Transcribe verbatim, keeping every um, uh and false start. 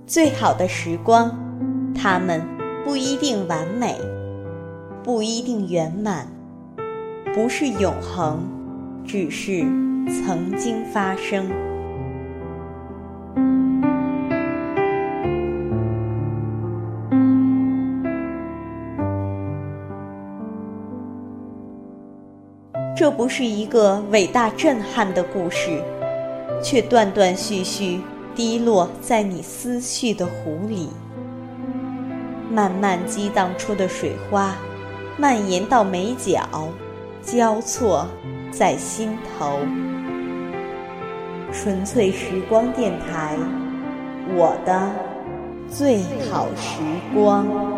最好的时光，它们不一定完美，不一定圆满，不是永恒，只是曾经发生。这不是一个伟大震撼的故事，却断断续续滴落在你思绪的湖里，慢慢激荡出的水花，蔓延到眉角，交错在心头。纯粹时光电台，我的最好时光。